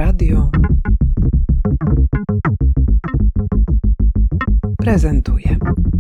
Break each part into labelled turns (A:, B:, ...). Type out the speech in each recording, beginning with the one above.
A: Radio prezentuje.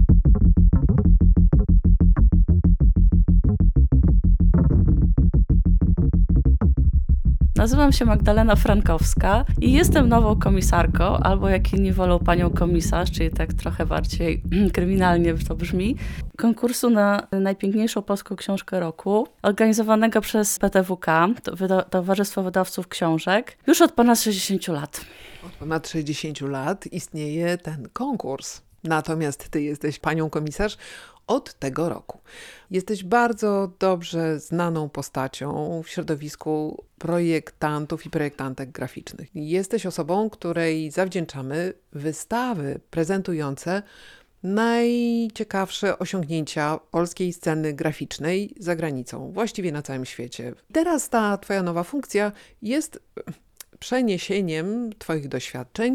B: Nazywam się Magdalena Frankowska i jestem nową komisarką, albo jak inni wolą panią komisarz, czyli tak trochę bardziej kryminalnie to brzmi, konkursu na najpiękniejszą polską książkę roku, organizowanego przez PTWK, Towarzystwo Wydawców Książek, już od ponad 60 lat.
A: Od ponad 60 lat istnieje ten konkurs. Natomiast ty jesteś panią komisarz od tego roku. Jesteś bardzo dobrze znaną postacią w środowisku projektantów i projektantek graficznych. Jesteś osobą, której zawdzięczamy wystawy prezentujące najciekawsze osiągnięcia polskiej sceny graficznej za granicą, właściwie na całym świecie. Teraz ta twoja nowa funkcja jest przeniesieniem twoich doświadczeń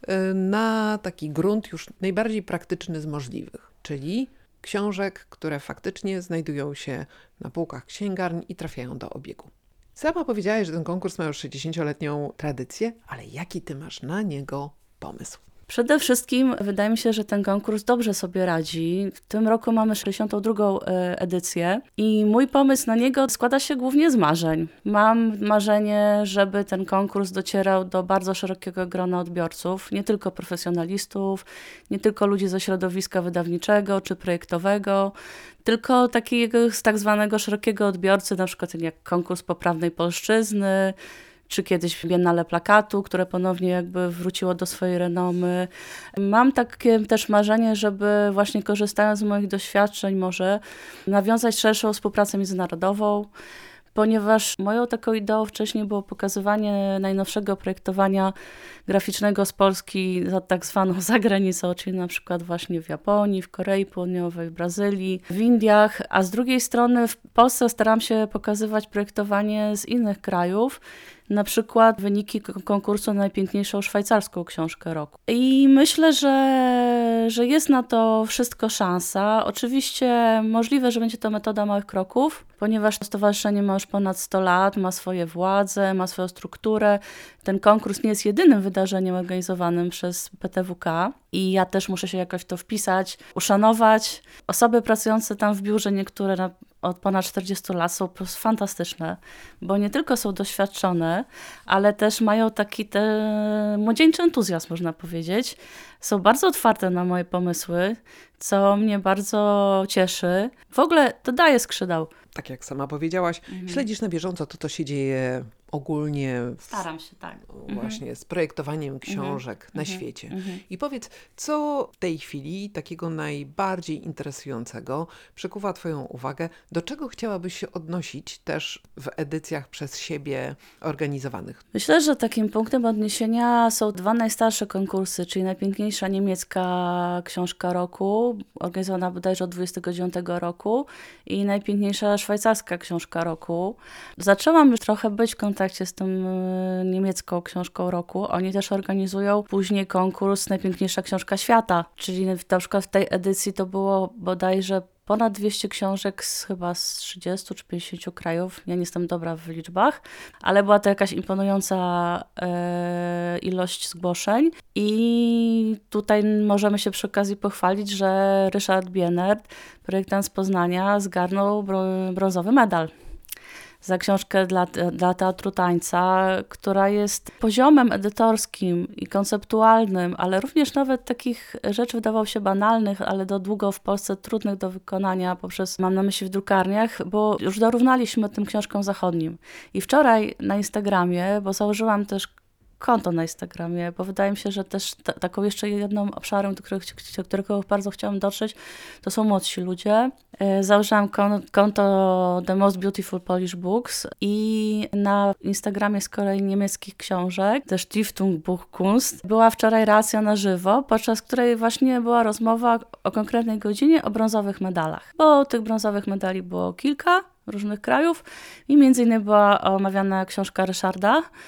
A: na taki grunt już najbardziej praktyczny z możliwych, czyli książek, które faktycznie znajdują się na półkach księgarni i trafiają do obiegu. Sama powiedziałaś, że ten konkurs ma już 60-letnią tradycję, ale jaki ty masz na niego pomysł?
B: Przede wszystkim wydaje mi się, że ten konkurs dobrze sobie radzi. W tym roku mamy 62. edycję i mój pomysł na niego składa się głównie z marzeń. Mam marzenie, żeby ten konkurs docierał do bardzo szerokiego grona odbiorców, nie tylko profesjonalistów, nie tylko ludzi ze środowiska wydawniczego czy projektowego, tylko takiego tak zwanego szerokiego odbiorcy, na przykład jak konkurs poprawnej polszczyzny, czy kiedyś Biennale Plakatu, które ponownie jakby wróciło do swojej renomy. Mam takie też marzenie, żeby właśnie korzystając z moich doświadczeń może nawiązać szerszą współpracę międzynarodową, ponieważ moją taką ideą wcześniej było pokazywanie najnowszego projektowania graficznego z Polski za tak zwaną zagranicą, czyli na przykład właśnie w Japonii, w Korei Południowej, w Brazylii, w Indiach, a z drugiej strony w Polsce staram się pokazywać projektowanie z innych krajów, na przykład wyniki konkursu na najpiękniejszą szwajcarską książkę roku. I myślę, że jest na to wszystko szansa. Oczywiście możliwe, że będzie to metoda małych kroków, ponieważ stowarzyszenie ma już ponad 100 lat, ma swoje władze, ma swoją strukturę. Ten konkurs nie jest jedynym wydarzeniem organizowanym przez PTWK i ja też muszę się jakoś w to wpisać, uszanować. Osoby pracujące tam w biurze, niektóre od ponad 40 lat są po prostu fantastyczne, bo nie tylko są doświadczone, ale też mają taki młodzieńczy entuzjazm, można powiedzieć. Są bardzo otwarte na moje pomysły, co mnie bardzo cieszy. W ogóle to daje skrzydeł.
A: Tak jak sama powiedziałaś, śledzisz na bieżąco to, co się dzieje ogólnie
B: Staram się, tak.
A: Właśnie z projektowaniem książek na świecie. I powiedz, co w tej chwili takiego najbardziej interesującego przykuwa twoją uwagę, do czego chciałabyś się odnosić też w edycjach przez siebie organizowanych?
B: Myślę, że takim punktem odniesienia są dwa najstarsze konkursy, czyli najpiękniejsza niemiecka książka roku, organizowana bodajże od 29 roku i najpiękniejsza szwajcarska książka roku. Zaczęłam już trochę być w kontakcie z tą niemiecką książką roku. Oni też organizują później konkurs Najpiękniejsza książka świata, czyli na przykład w tej edycji to było bodajże ponad 200 książek chyba z 30 czy 50 krajów. Ja nie jestem dobra w liczbach, ale była to jakaś imponująca ilość zgłoszeń. I tutaj możemy się przy okazji pochwalić, że Ryszard Bienert, projektant z Poznania, zgarnął brązowy medal za książkę dla Teatru Tańca, która jest poziomem edytorskim i konceptualnym, ale również nawet takich rzeczy wydawało się banalnych, ale do długo w Polsce trudnych do wykonania poprzez, mam na myśli w drukarniach, bo już dorównaliśmy tym książkom zachodnim. I wczoraj na Instagramie, bo założyłam też konto na Instagramie, bo wydaje mi się, że też taką jeszcze jedną obszarem, do którego bardzo chciałam dotrzeć, to są młodsi ludzie. Założyłam konto The Most Beautiful Polish Books i na Instagramie z kolei niemieckich książek, też Stiftung Buchkunst, była wczoraj relacja na żywo, podczas której właśnie była rozmowa o konkretnej godzinie o brązowych medalach, bo tych brązowych medali było kilka różnych krajów i między innymi była omawiana książka Ryszarda.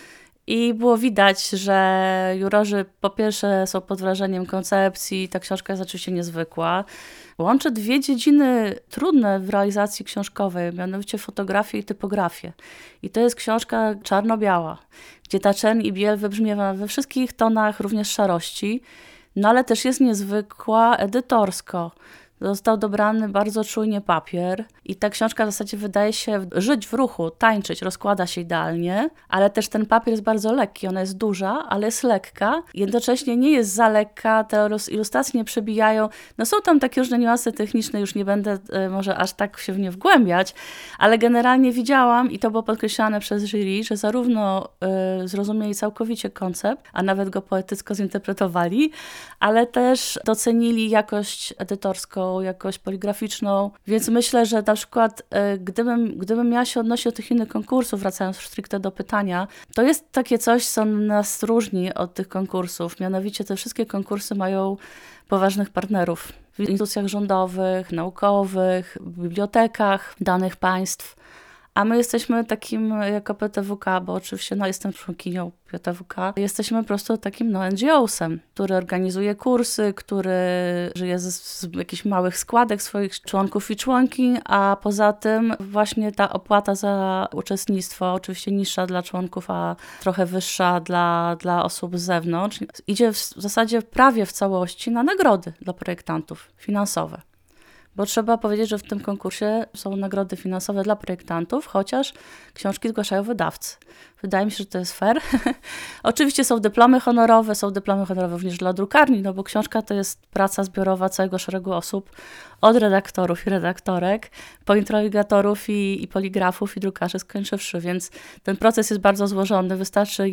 B: I było widać, że jurorzy po pierwsze są pod wrażeniem koncepcji, ta książka jest oczywiście niezwykła. Łączy dwie dziedziny trudne w realizacji książkowej, mianowicie fotografię i typografię. I to jest książka czarno-biała, gdzie ta czerń i biel wybrzmiewa we wszystkich tonach, również szarości, no ale też jest niezwykła edytorsko. Został dobrany bardzo czujnie papier i ta książka w zasadzie wydaje się żyć w ruchu, tańczyć, rozkłada się idealnie, ale też ten papier jest bardzo lekki, ona jest duża, ale jest lekka, jednocześnie nie jest za lekka, te ilustracje nie przebijają. No są tam takie różne niuanse techniczne, już nie będę może aż tak się w nie wgłębiać, ale generalnie widziałam i to było podkreślane przez jury, że zarówno zrozumieli całkowicie koncept, a nawet go poetycko zinterpretowali, ale też docenili jakość edytorską, jakość poligraficzną, więc myślę, że na przykład gdybym miała się odnosić do tych innych konkursów, wracając stricte do pytania, to jest takie coś, co nas różni od tych konkursów, mianowicie te wszystkie konkursy mają poważnych partnerów w instytucjach rządowych, naukowych, w bibliotekach danych państw, a my jesteśmy takim, jako PTWK, bo oczywiście jestem członkinią PTWK, jesteśmy po prostu takim NGO-sem, który organizuje kursy, który żyje z jakichś małych składek swoich członków i członkiń, a poza tym właśnie ta opłata za uczestnictwo, oczywiście niższa dla członków, a trochę wyższa dla osób z zewnątrz, idzie w zasadzie prawie w całości na nagrody dla projektantów finansowe. Bo trzeba powiedzieć, że w tym konkursie są nagrody finansowe dla projektantów, chociaż książki zgłaszają wydawcy. Wydaje mi się, że to jest fair. Oczywiście są dyplomy honorowe również dla drukarni, no bo książka to jest praca zbiorowa całego szeregu osób, od redaktorów i redaktorek, po introligatorów i poligrafów i drukarzy skończywszy, więc ten proces jest bardzo złożony. Wystarczy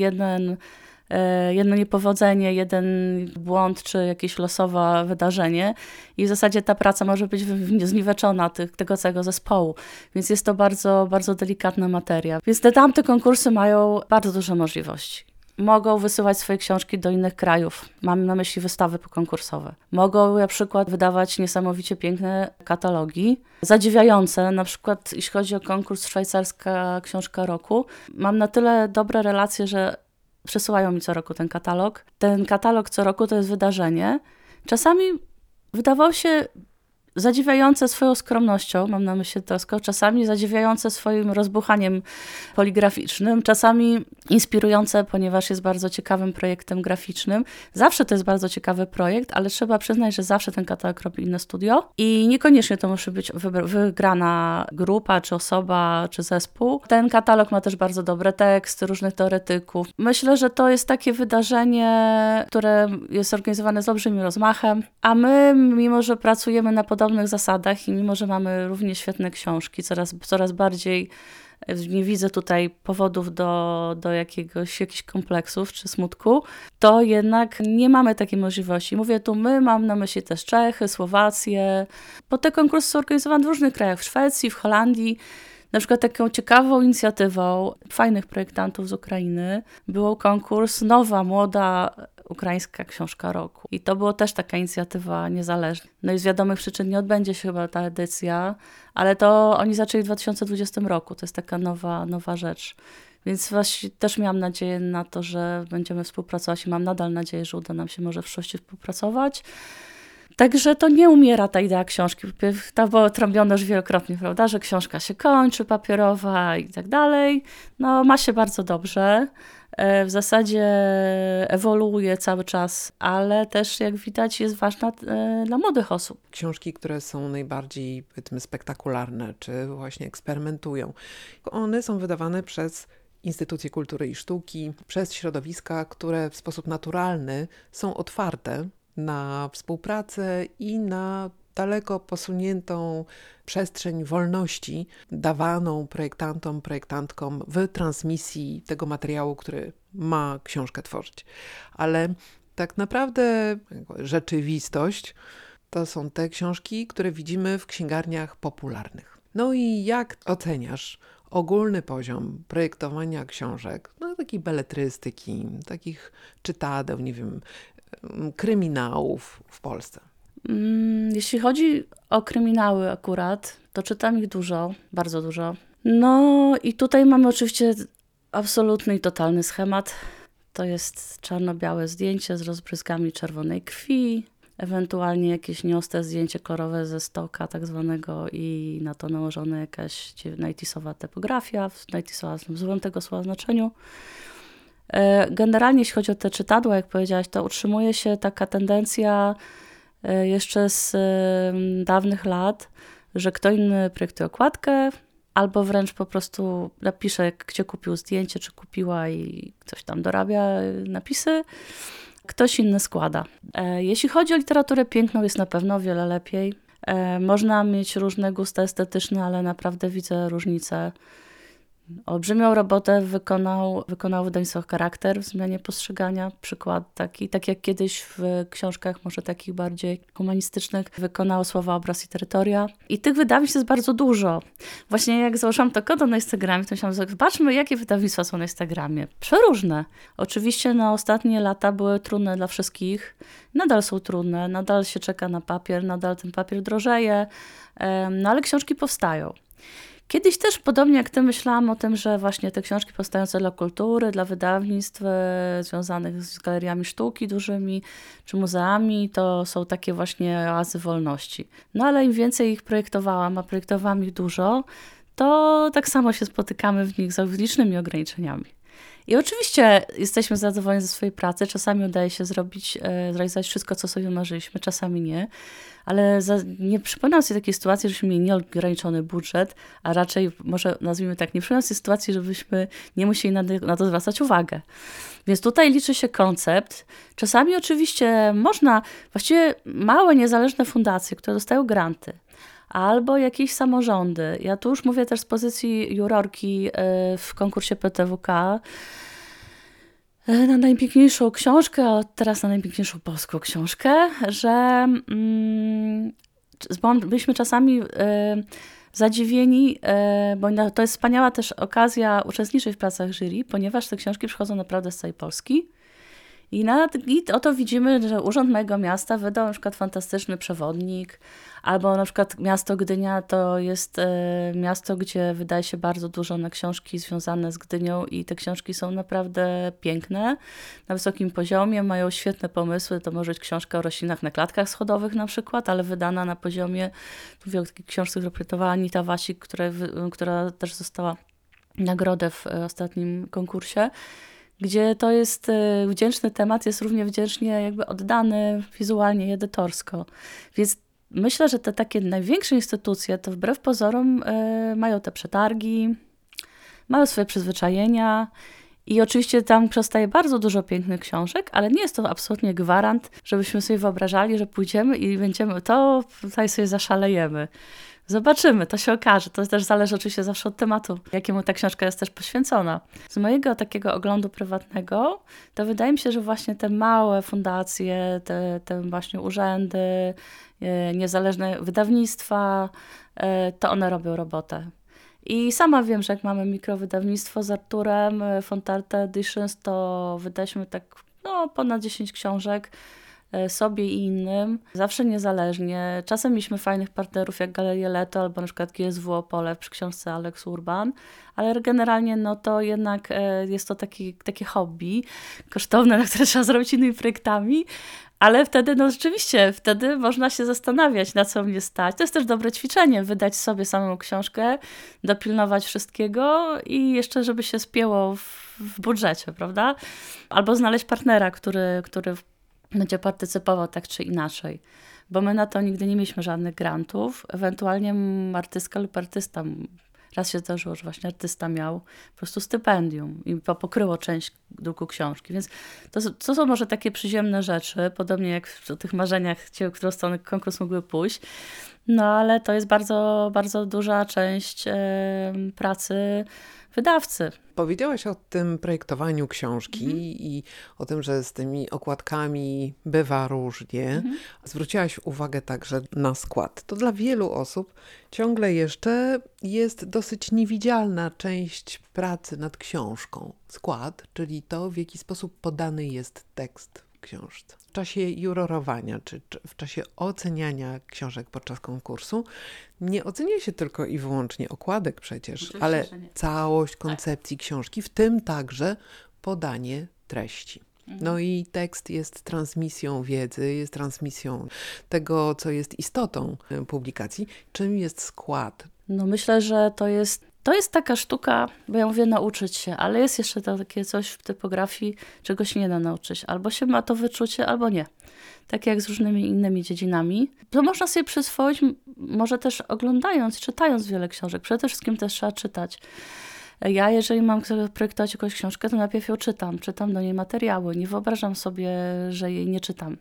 B: jedno niepowodzenie, jeden błąd czy jakieś losowe wydarzenie i w zasadzie ta praca może być zniweczona tego całego zespołu, więc jest to bardzo, bardzo delikatna materia. Więc tamte konkursy mają bardzo duże możliwości. Mogą wysyłać swoje książki do innych krajów. Mam na myśli wystawy pokonkursowe. Mogą na przykład wydawać niesamowicie piękne katalogi, zadziwiające. Na przykład jeśli chodzi o konkurs Szwajcarska Książka Roku, mam na tyle dobre relacje, że przesyłają mi co roku ten katalog. Ten katalog co roku to jest wydarzenie. Czasami wydawał się zadziwiające swoją skromnością, mam na myśli to, czasami zadziwiające swoim rozbuchaniem poligraficznym, czasami inspirujące, ponieważ jest bardzo ciekawym projektem graficznym. Zawsze to jest bardzo ciekawy projekt, ale trzeba przyznać, że zawsze ten katalog robi inne studio i niekoniecznie to musi być wygrana grupa, czy osoba, czy zespół. Ten katalog ma też bardzo dobre teksty różnych teoretyków. Myślę, że to jest takie wydarzenie, które jest organizowane z olbrzymim rozmachem, a my, mimo że pracujemy na podobnych zasadach i mimo, że mamy równie świetne książki, coraz bardziej nie widzę tutaj powodów do jakichś kompleksów czy smutku, to jednak nie mamy takiej możliwości. Mówię tu mam na myśli też Czechy, Słowację, bo te konkursy są organizowane w różnych krajach, w Szwecji, w Holandii. Na przykład taką ciekawą inicjatywą fajnych projektantów z Ukrainy był konkurs Nowa, Młoda Ukraińska Książka Roku. I to była też taka inicjatywa niezależna. No i z wiadomych przyczyn nie odbędzie się chyba ta edycja, ale to oni zaczęli w 2020 roku. To jest taka nowa rzecz. Więc właśnie też miałam nadzieję na to, że będziemy współpracować i mam nadal nadzieję, że uda nam się może w przyszłości współpracować. Także to nie umiera ta idea książki. To było trąbione już wielokrotnie, prawda, że książka się kończy, papierowa i tak dalej. No ma się bardzo dobrze. W zasadzie ewoluuje cały czas, ale też jak widać jest ważna dla młodych osób.
A: Książki, które są najbardziej, powiedzmy, spektakularne, czy właśnie eksperymentują, one są wydawane przez instytucje kultury i sztuki, przez środowiska, które w sposób naturalny są otwarte na współpracę i na daleko posuniętą przestrzeń wolności dawaną projektantom, projektantkom w transmisji tego materiału, który ma książkę tworzyć. Ale tak naprawdę rzeczywistość to są te książki, które widzimy w księgarniach popularnych. No i jak oceniasz ogólny poziom projektowania książek, no takiej beletrystyki, takich czytadeł, nie wiem, kryminałów w Polsce?
B: Jeśli chodzi o kryminały akurat, to czytam ich dużo, bardzo dużo. No i tutaj mamy oczywiście absolutny i totalny schemat. To jest czarno-białe zdjęcie z rozbryzgami czerwonej krwi, ewentualnie jakieś nieostre zdjęcie kolorowe ze stoka tak zwanego i na to nałożona jakaś 90sowa typografia, 90sowa w złym tego słowa znaczeniu. Generalnie jeśli chodzi o te czytadła, jak powiedziałaś, to utrzymuje się taka tendencja jeszcze z dawnych lat, że kto inny projektuje okładkę, albo wręcz po prostu napisze, gdzie kupił zdjęcie, czy kupiła i coś tam dorabia napisy. Ktoś inny składa. Jeśli chodzi o literaturę piękną, jest na pewno o wiele lepiej. Można mieć różne gusty estetyczne, ale naprawdę widzę różnicę. Olbrzymią robotę wykonał wydawnictwo Charakter w zmianie postrzegania. Przykład taki, tak jak kiedyś w książkach może takich bardziej humanistycznych wykonało Słowa, obraz i terytoria. I tych wydawnictw jest bardzo dużo. Właśnie jak założyłam to konto na Instagramie, to myślałam, zobaczmy, jakie wydawnictwa są na Instagramie. Przeróżne. Oczywiście ostatnie lata były trudne dla wszystkich. Nadal są trudne, nadal się czeka na papier, nadal ten papier drożeje, no ale książki powstają. Kiedyś też, podobnie jak ty, myślałam o tym, że właśnie te książki powstające dla kultury, dla wydawnictw związanych z galeriami sztuki dużymi czy muzeami, to są takie właśnie oazy wolności. No ale im więcej ich projektowałam, a projektowałam ich dużo, to tak samo się spotykamy w nich z licznymi ograniczeniami. I oczywiście jesteśmy zadowoleni ze swojej pracy. Czasami udaje się zrealizować wszystko, co sobie marzyliśmy, czasami nie. Ale nie przypominam sobie takiej sytuacji, żebyśmy mieli nieograniczony budżet, a raczej, może nazwijmy tak, nie przypominam sobie sytuacji, żebyśmy nie musieli na to zwracać uwagę. Więc tutaj liczy się koncept. Czasami oczywiście właściwie małe, niezależne fundacje, które dostają granty, albo jakieś samorządy. Ja tu już mówię też z pozycji jurorki w konkursie PTWK na najpiękniejszą książkę, a teraz na najpiękniejszą polską książkę, że byliśmy czasami zadziwieni, bo to jest wspaniała też okazja uczestniczyć w pracach jury, ponieważ te książki przychodzą naprawdę z całej Polski. I oto widzimy, że Urząd Mojego Miasta wydał na przykład fantastyczny przewodnik, albo na przykład miasto Gdynia to jest miasto, gdzie wydaje się bardzo dużo na książki związane z Gdynią i te książki są naprawdę piękne, na wysokim poziomie, mają świetne pomysły. To może być książka o roślinach na klatkach schodowych na przykład, ale wydana na poziomie, mówię o takiej książce, którą projektowała Anita Wasik, która też dostała nagrodę w ostatnim konkursie, gdzie to jest wdzięczny temat, jest równie wdzięcznie jakby oddany wizualnie i edytorsko. Więc myślę, że te takie największe instytucje to wbrew pozorom mają te przetargi, mają swoje przyzwyczajenia i oczywiście tam powstaje bardzo dużo pięknych książek, ale nie jest to absolutnie gwarant, żebyśmy sobie wyobrażali, że pójdziemy i będziemy tutaj sobie zaszalejemy. Zobaczymy, to się okaże. To też zależy oczywiście zawsze od tematu, jakiemu ta książka jest też poświęcona. Z mojego takiego oglądu prywatnego, to wydaje mi się, że właśnie te małe fundacje, te właśnie urzędy, niezależne wydawnictwa, to one robią robotę. I sama wiem, że jak mamy mikrowydawnictwo z Arturem, Fontarte Editions, to wydaliśmy tak ponad 10 książek, sobie i innym, zawsze niezależnie. Czasem mieliśmy fajnych partnerów jak Galerię Leto albo na przykład GSW Opole przy książce Alex Urban, ale generalnie to jednak jest to takie hobby kosztowne, na które trzeba zrobić innymi projektami, ale wtedy rzeczywiście, wtedy można się zastanawiać, na co mnie stać. To jest też dobre ćwiczenie, wydać sobie samą książkę, dopilnować wszystkiego i jeszcze, żeby się spięło w budżecie, prawda? Albo znaleźć partnera, który będzie partycypował tak czy inaczej. Bo my na to nigdy nie mieliśmy żadnych grantów. Ewentualnie artystka lub artysta, raz się zdarzyło, że właśnie artysta miał po prostu stypendium i pokryło część druku książki. Więc to są może takie przyziemne rzeczy, podobnie jak w tych marzeniach, w którą stronę konkurs mógłby pójść. No ale to jest bardzo, bardzo duża część pracy wydawcy.
A: Powiedziałaś o tym projektowaniu książki i o tym, że z tymi okładkami bywa różnie. Zwróciłaś uwagę także na skład. To dla wielu osób ciągle jeszcze jest dosyć niewidzialna część pracy nad książką. Skład, czyli to, w jaki sposób podany jest tekst. książce. W czasie jurorowania, czy w czasie oceniania książek podczas konkursu nie ocenia się tylko i wyłącznie okładek przecież,
B: Oczywiście,
A: ale
B: że nie.
A: całość koncepcji książki, w tym także podanie treści. No i tekst jest transmisją wiedzy, jest transmisją tego, co jest istotą publikacji. Czym jest skład?
B: No myślę, że to jest taka sztuka, bo ja mówię nauczyć się, ale jest jeszcze takie coś w typografii, czego się nie da nauczyć. Albo się ma to wyczucie, albo nie. Tak jak z różnymi innymi dziedzinami. To można sobie przyswoić, może też oglądając, czytając wiele książek. Przede wszystkim też trzeba czytać. Ja, jeżeli mam projektować jakąś książkę, to najpierw ją czytam do niej materiały. Nie wyobrażam sobie, że jej nie czytam.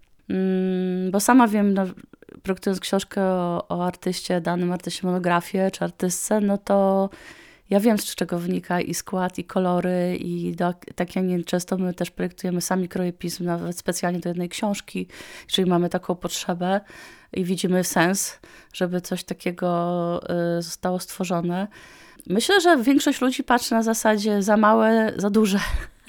B: Bo sama wiem, no, projektując książkę o artyście, danym artyście, monografię czy artystce, no to ja wiem, z czego wynika i skład, i kolory, i tak jak nie często my też projektujemy sami krojopism, nawet specjalnie do jednej książki, jeżeli mamy taką potrzebę i widzimy sens, żeby coś takiego zostało stworzone. Myślę, że większość ludzi patrzy na zasadzie za małe, za duże.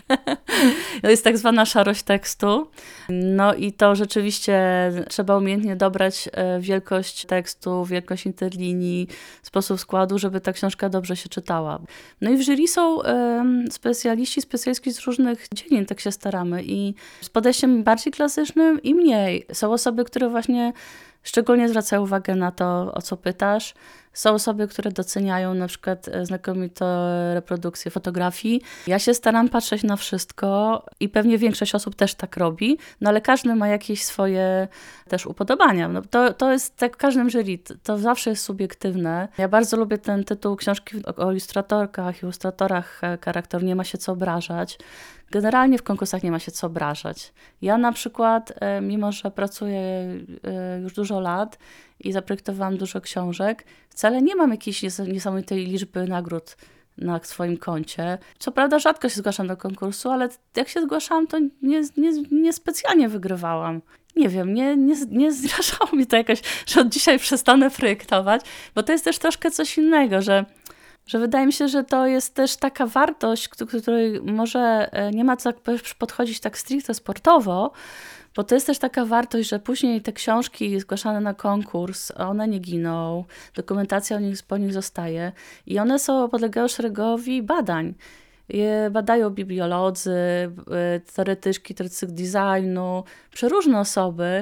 B: To jest tak zwana szarość tekstu. No i to rzeczywiście trzeba umiejętnie dobrać wielkość tekstu, wielkość interlinii, sposób składu, żeby ta książka dobrze się czytała. No i w jury są specjalistki z różnych dziedzin, tak się staramy. I z podejściem bardziej klasycznym i mniej. Są osoby, które właśnie szczególnie zwracają uwagę na to, o co pytasz. Są osoby, które doceniają na przykład znakomite reprodukcje fotografii. Ja się staram patrzeć na wszystko i pewnie większość osób też tak robi, no ale każdy ma jakieś swoje też upodobania. No to jest tak w każdym jury, to zawsze jest subiektywne. Ja bardzo lubię ten tytuł książki o ilustratorkach, ilustratorach charakteru Nie ma się co obrażać. Generalnie w konkursach nie ma się co obrażać. Ja na przykład, mimo że pracuję już dużo lat i zaprojektowałam dużo książek, wcale nie mam jakiejś niesamowitej liczby nagród na swoim koncie. Co prawda rzadko się zgłaszam do konkursu, ale jak się zgłaszałam, to nie specjalnie wygrywałam. Nie wiem, nie zrażało mnie to jakoś, że od dzisiaj przestanę projektować, bo to jest też troszkę coś innego, że wydaje mi się, że to jest też taka wartość, której może nie ma co podchodzić tak stricte sportowo, bo to jest też taka wartość, że później te książki zgłaszane na konkurs, one nie giną, dokumentacja po nich zostaje i one podlegają szeregowi badań. Je badają bibliolodzy, teoretyczki designu, przeróżne osoby.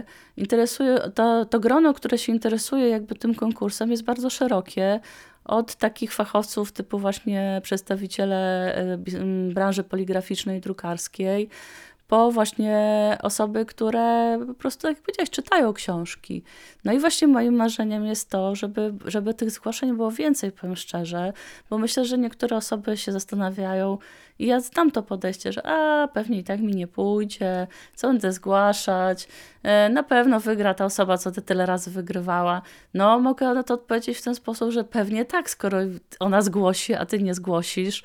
B: To grono, które się interesuje jakby tym konkursem, jest bardzo szerokie. Od takich fachowców typu właśnie przedstawiciele branży poligraficznej, drukarskiej, po właśnie osoby, które po prostu, jak powiedziałaś, czytają książki. No i właśnie moim marzeniem jest to, żeby tych zgłoszeń było więcej, powiem szczerze, bo myślę, że niektóre osoby się zastanawiają i ja znam to podejście, że pewnie i tak mi nie pójdzie, co będę zgłaszać, na pewno wygra ta osoba, co tyle razy wygrywała. No, mogę na to odpowiedzieć w ten sposób, że pewnie tak, skoro ona zgłosi, a ty nie zgłosisz.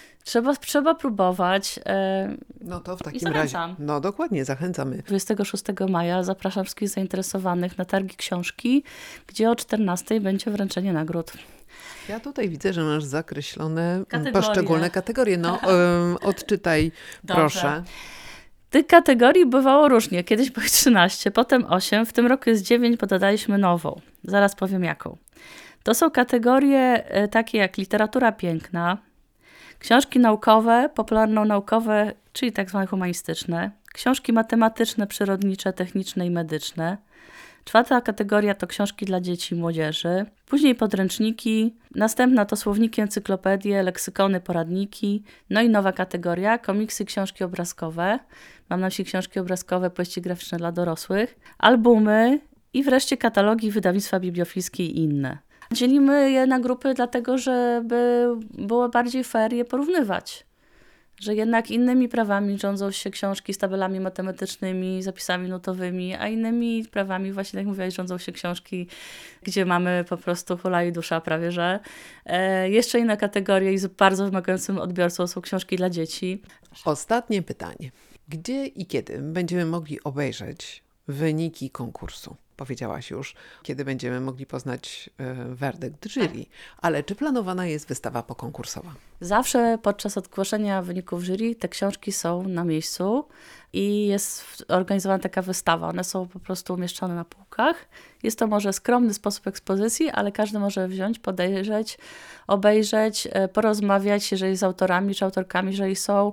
B: Trzeba próbować.
A: No to w
B: I
A: takim
B: zachęcam.
A: razie. No dokładnie, zachęcamy.
B: 26 maja zapraszam wszystkich zainteresowanych na targi książki, gdzie o 14 będzie wręczenie nagród.
A: Ja tutaj widzę, że masz zakreślone
B: Kategorie.
A: poszczególne kategorie. No, odczytaj,
B: Dobrze.
A: proszę.
B: Tych kategorii bywało różnie. Kiedyś było 13, potem 8, w tym roku jest 9, bo dodaliśmy nową. Zaraz powiem jaką. To są kategorie takie jak literatura piękna, książki naukowe, popularno-naukowe, czyli tak zwane humanistyczne, książki matematyczne, przyrodnicze, techniczne i medyczne. 4. kategoria to książki dla dzieci i młodzieży, później podręczniki, następna to słowniki, encyklopedie, leksykony, poradniki, no i nowa kategoria, komiksy, książki obrazkowe, mam na myśli książki obrazkowe, powieści graficzne dla dorosłych, albumy i wreszcie katalogi wydawnictwa bibliofilskie i inne. Dzielimy je na grupy dlatego, żeby było bardziej fair je porównywać. Że jednak innymi prawami rządzą się książki z tabelami matematycznymi, zapisami nutowymi, a innymi prawami, właśnie jak mówiłaś, rządzą się książki, gdzie mamy po prostu hula i dusza prawie, że. Jeszcze inna kategoria i z bardzo wymagającym odbiorcą są książki dla dzieci.
A: Ostatnie pytanie. Gdzie i kiedy będziemy mogli obejrzeć wyniki konkursu? powiedziałaś już, kiedy będziemy mogli poznać werdykt jury. Ale czy planowana jest wystawa pokonkursowa?
B: Zawsze podczas ogłoszenia wyników jury te książki są na miejscu i jest organizowana taka wystawa. One są po prostu umieszczone na półkach. Jest to może skromny sposób ekspozycji, ale każdy może wziąć, podejrzeć, obejrzeć, porozmawiać, jeżeli z autorami czy autorkami, jeżeli są,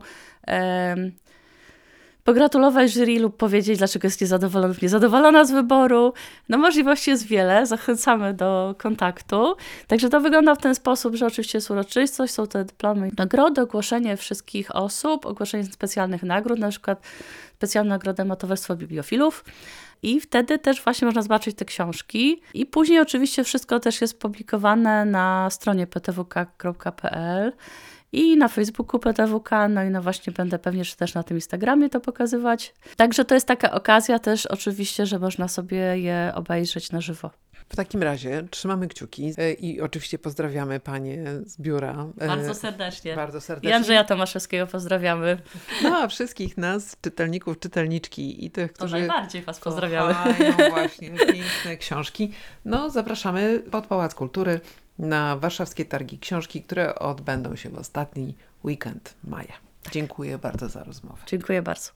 B: pogratulować jury lub powiedzieć, dlaczego jest niezadowolona lub niezadowolona z wyboru. No możliwości jest wiele, zachęcamy do kontaktu. Także to wygląda w ten sposób, że oczywiście jest uroczystość, są te dyplomy, nagrody, ogłoszenie wszystkich osób, ogłoszenie specjalnych nagród, na przykład specjalną nagrodę ma Towarzystwo Bibliofilów. I wtedy też właśnie można zobaczyć te książki. I później oczywiście wszystko też jest publikowane na stronie ptwk.pl i na Facebooku PTWK, no i no właśnie będę pewnie też na tym Instagramie to pokazywać. Także to jest taka okazja też oczywiście, że można sobie je obejrzeć na żywo.
A: W takim razie trzymamy kciuki i oczywiście pozdrawiamy Panie z biura.
B: Bardzo serdecznie.
A: Bardzo serdecznie.
B: I Andrzeja Tomaszewskiego pozdrawiamy.
A: No a wszystkich nas, czytelników, czytelniczki i tych, którzy
B: najbardziej Was pozdrawiamy.
A: kochają właśnie piękne książki. No zapraszamy pod Pałac Kultury na warszawskie targi książki, które odbędą się w ostatni weekend maja. Dziękuję bardzo za rozmowę.
B: Dziękuję bardzo.